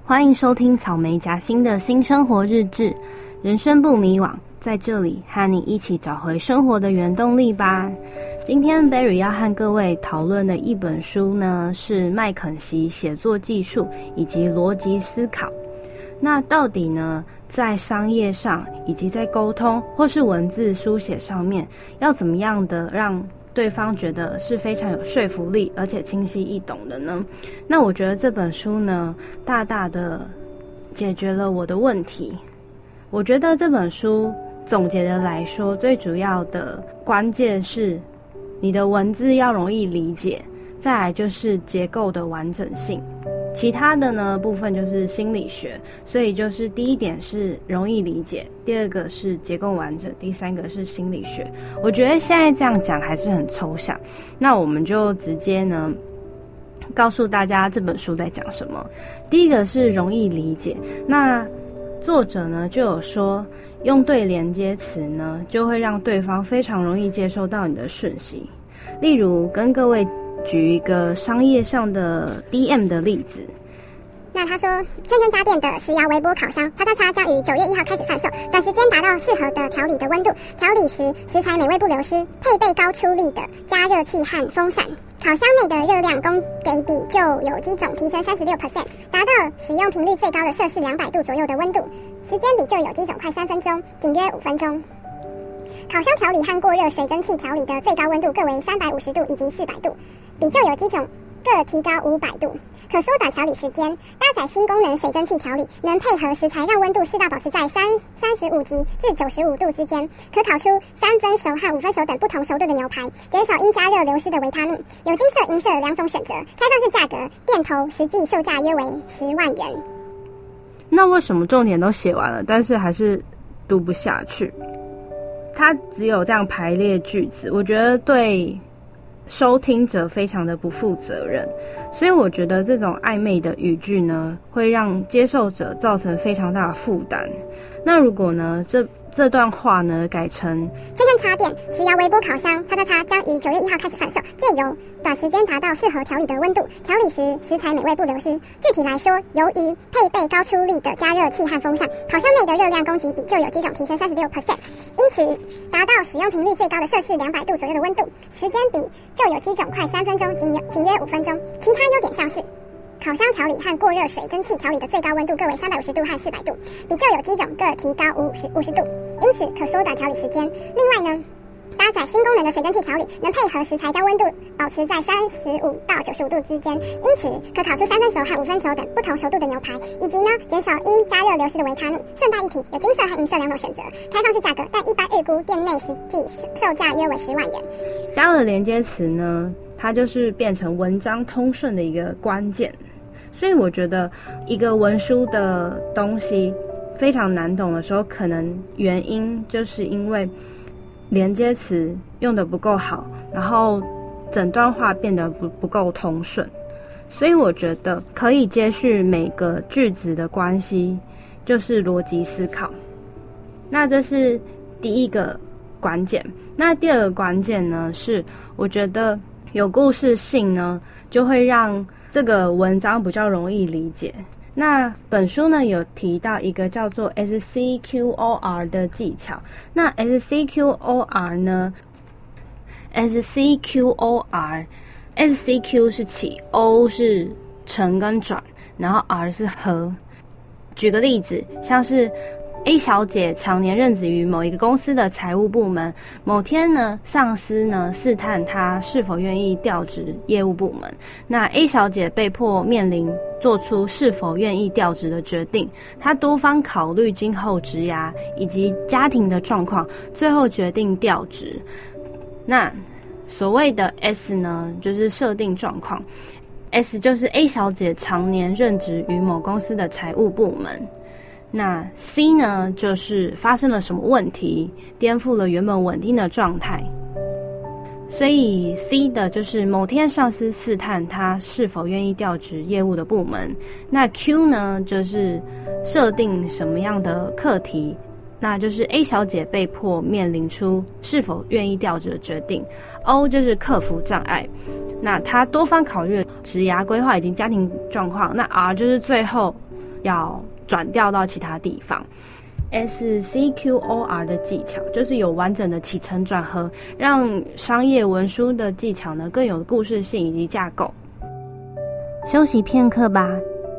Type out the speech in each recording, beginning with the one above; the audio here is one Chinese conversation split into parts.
欢迎收听草莓夹心的新生活日志，人生不迷惘，在这里和你一起找回生活的原动力吧。今天 Barry 要和各位讨论的一本书呢，是麦肯锡写作技术以及逻辑思考。那到底呢，在商业上以及在沟通或是文字书写上面，要怎么样的让对方觉得是非常有说服力而且清晰易懂的呢？那我觉得这本书呢，大大的解决了我的问题。我觉得这本书总结的来说，最主要的关键是你的文字要容易理解，再来就是结构的完整性，其他的呢部分就是心理学。所以就是第一点是容易理解，第二个是结构完整，第三个是心理学。我觉得现在这样讲还是很抽象，那我们就直接呢告诉大家这本书在讲什么。第一个是容易理解，那作者呢就有说，用对连接词呢，就会让对方非常容易接收到你的讯息。例如跟各位举一个商业上的 DM 的例子。 那他说，圈圈家电的食窑微波烤箱将于9月1号开始贩售，短时间达到适合的调理的温度，调理时食材美味不流失，配备高出力的加热器和风扇。烤箱内的热量供给比就有机种提升36%，达到使用频率最高的摄氏200度左右的温度，时间比就有机种快3分钟，仅约5分钟。烤箱调理和过热水蒸气调理的最高温度各为350度以及400度，比就有机种各提高500度，可缩短调理时间。搭载新功能水蒸气调理，能配合食材让温度适当保持在35级至95度之间，可烤出3分熟和5分熟等不同熟度的牛排，减少因加热流失的维他命。有金色、银色2种选择，开放式价格，店头实际售价约为10万元。 那为什么重点都写完了，但是还是读不下去？它只有这样排列句子，我觉得对收听者非常的不负责任，所以我觉得这种暧昧的语句呢，会让接受者造成非常大的负担。那如果呢，这段话呢改成圈圈插电食窑微波烤箱将于9月1号开始贩售，借由短时间达到适合调理的温度，调理时食材美味不流失。具体来说，由于配备高出力的加热器和风扇，烤箱内的热量供给比就有机种提升36%，因此达到使用频率最高的摄氏200度左右的温度，时间比就有机种快3分钟，仅约5分钟。其他优点像是烤箱调理和过热水蒸气调理的最高温度各为350度和400度，比就有机种各提高50度，因此可缩短调理时间。另外呢，搭载新功能的水蒸气调理，能配合食材将温度保持在35到95度之间，因此可烤出3分熟和5分熟等不同熟度的牛排，以及呢减少因加热流失的维他命。顺带一提，有金色和银色2种选择，开放式价格，但一般预估店内实际售价约为10万元。 加入的连接词呢，它就是变成文章通顺的一个关键。所以我觉得一个文书的东西非常难懂的时候，可能原因就是因为连接词用得不够好，然后整段话变得不够通顺。所以我觉得可以接续每个句子的关系就是逻辑思考。那这是第一个关键。那第二个关键呢，是我觉得有故事性呢，就会让这个文章比较容易理解。那本书呢有提到一个叫做 SCQOR 的技巧。那 SCQOR 呢 SCQOR，SCQ 是起， O 是沉跟转，然后 R 是和。举个例子，像是A 小姐常年任职于某一个公司的财务部门，某天呢，上司呢试探她是否愿意调职业务部门。那 A 小姐被迫面临做出是否愿意调职的决定，她多方考虑今后职涯以及家庭的状况，最后决定调职。那所谓的 S 呢，就是设定状况。S 就是 A 小姐常年任职于某公司的财务部门。那 C 呢，就是发生了什么问题，颠覆了原本稳定的状态。所以 C 的就是某天上司试探他是否愿意调职业务的部门。那 Q 呢，就是设定什么样的课题，那就是 A 小姐被迫面临出是否愿意调职的决定。O 就是克服障碍，那他多方考虑职涯规划以及家庭状况。那 R 就是最后要转调到其他地方。SCQOR 的技巧就是有完整的起承转合，让商业文书的技巧呢更有故事性以及架构。休息片刻吧。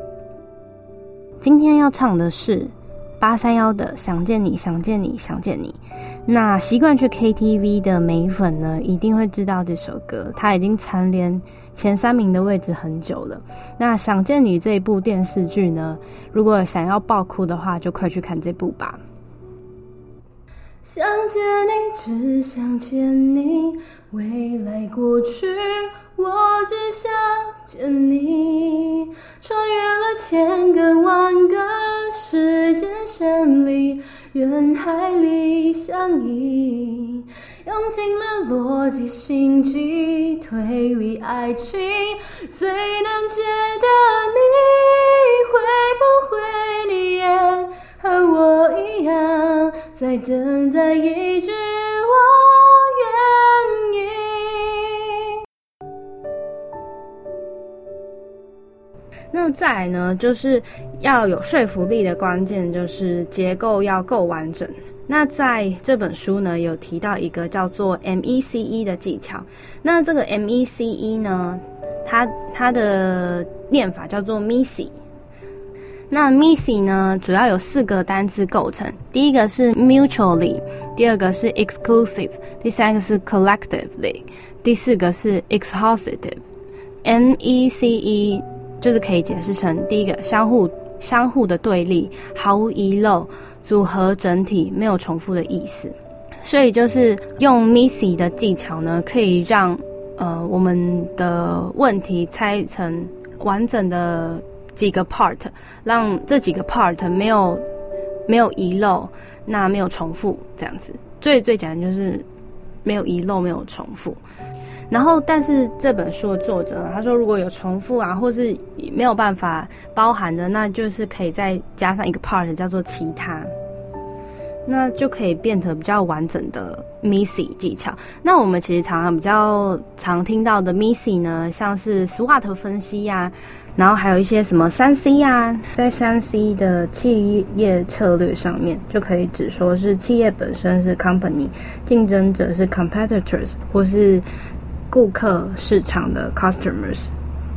今天要唱的是831的想见你想见你想见你。那习惯去 KTV 的美粉呢一定会知道这首歌，它已经蝉联前3名的位置很久了。那想见你这一部电视剧呢，如果想要爆哭的话就快去看这部吧。 想见你，只想见你，未来过去我只想见你，穿越了千个万个时间线里，人海里相依，用尽了逻辑心机推理爱情，最难解的谜，会不会你也和我一样，在等待一句我愿意。 那再来呢，就是要有说服力的关键就是结构要够完整。那在这本书呢有提到一个叫做 MECE 的技巧。那这个 MECE 呢，它的念法叫做 MECE。那 MECE 呢主要有4个单字构成，第一个是 mutually， 第二个是 exclusive， 第三个是 collectively， 第4个是 exhaustive。 MECE 就是可以解释成第一个相互的对立，毫无遗漏，组合整体，没有重复的意思。所以就是用 MECE 的技巧呢，可以让我们的问题拆成完整的几个 part， 让这几个 part 没有遗漏，那没有重复，这样子。最简单就是没有遗漏，没有重复。然后但是这本书的作者他说，如果有重复啊或是没有办法包含的，那就是可以再加上一个 part 叫做其他，那就可以变成比较完整的 MECE 技巧。那我们其实比较常听到的 MECE 呢，像是 SWOT 分析啊，然后还有一些什么3C 啊，在3C 的企业策略上面就可以指说是企业本身是 company， 竞争者是 competitors， 或是顾客市场的 customers。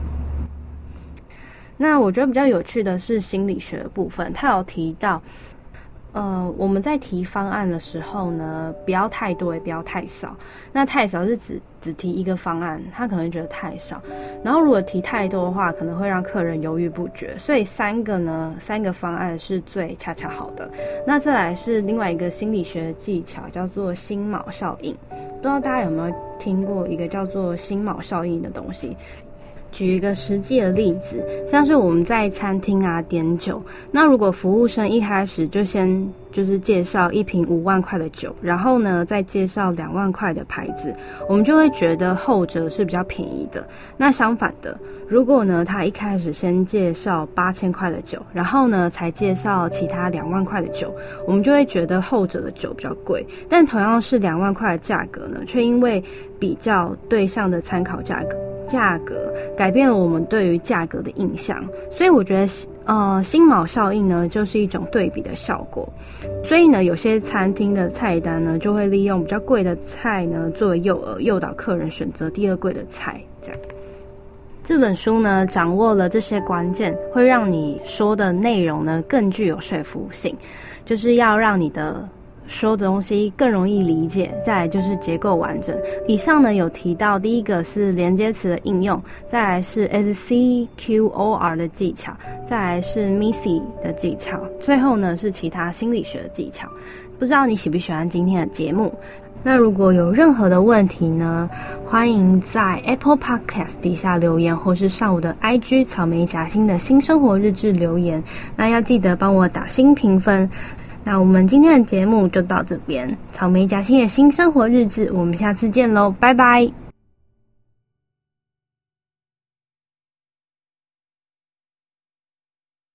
那我觉得比较有趣的是心理学的部分，他有提到我们在提方案的时候呢，不要太多也不要太少。那太少是只提一个方案，他可能觉得太少，然后如果提太多的话可能会让客人犹豫不决，所以3个方案是最恰恰好的。那再来是另外一个心理学的技巧，叫做心锚效应。不知道大家有没有听过一个叫做心锚效应的东西。举一个实际的例子，像是我们在餐厅啊点酒，那如果服务生一开始就先介绍1瓶5万块的酒，然后呢再介绍2万块的牌子，我们就会觉得后者是比较便宜的。那相反的，如果呢他一开始先介绍8000块的酒，然后呢才介绍其他2万块的酒，我们就会觉得后者的酒比较贵。但同样是2万块的价格呢，却因为比较对象的参考价格改变了我们对于价格的印象。所以我觉得心锚效应呢就是一种对比的效果。所以呢有些餐厅的菜单呢就会利用比较贵的菜呢作为诱饵，诱导客人选择第二贵的菜。这样这本书呢掌握了这些关键，会让你说的内容呢更具有说服性，就是要让你的说的东西更容易理解，再来就是结构完整。以上呢有提到，第一个是连接词的应用，再来是 SCQOR 的技巧，再来是 MECE 的技巧，最后呢是其他心理学的技巧。不知道你喜不喜欢今天的节目？那如果有任何的问题呢，欢迎在 Apple Podcast 底下留言，或是上我的 IG 草莓夹心的新生活日志留言。那要记得帮我打新评分。那我们今天的节目就到这边，草莓夹心的新生活日志，我们下次见咯，拜拜。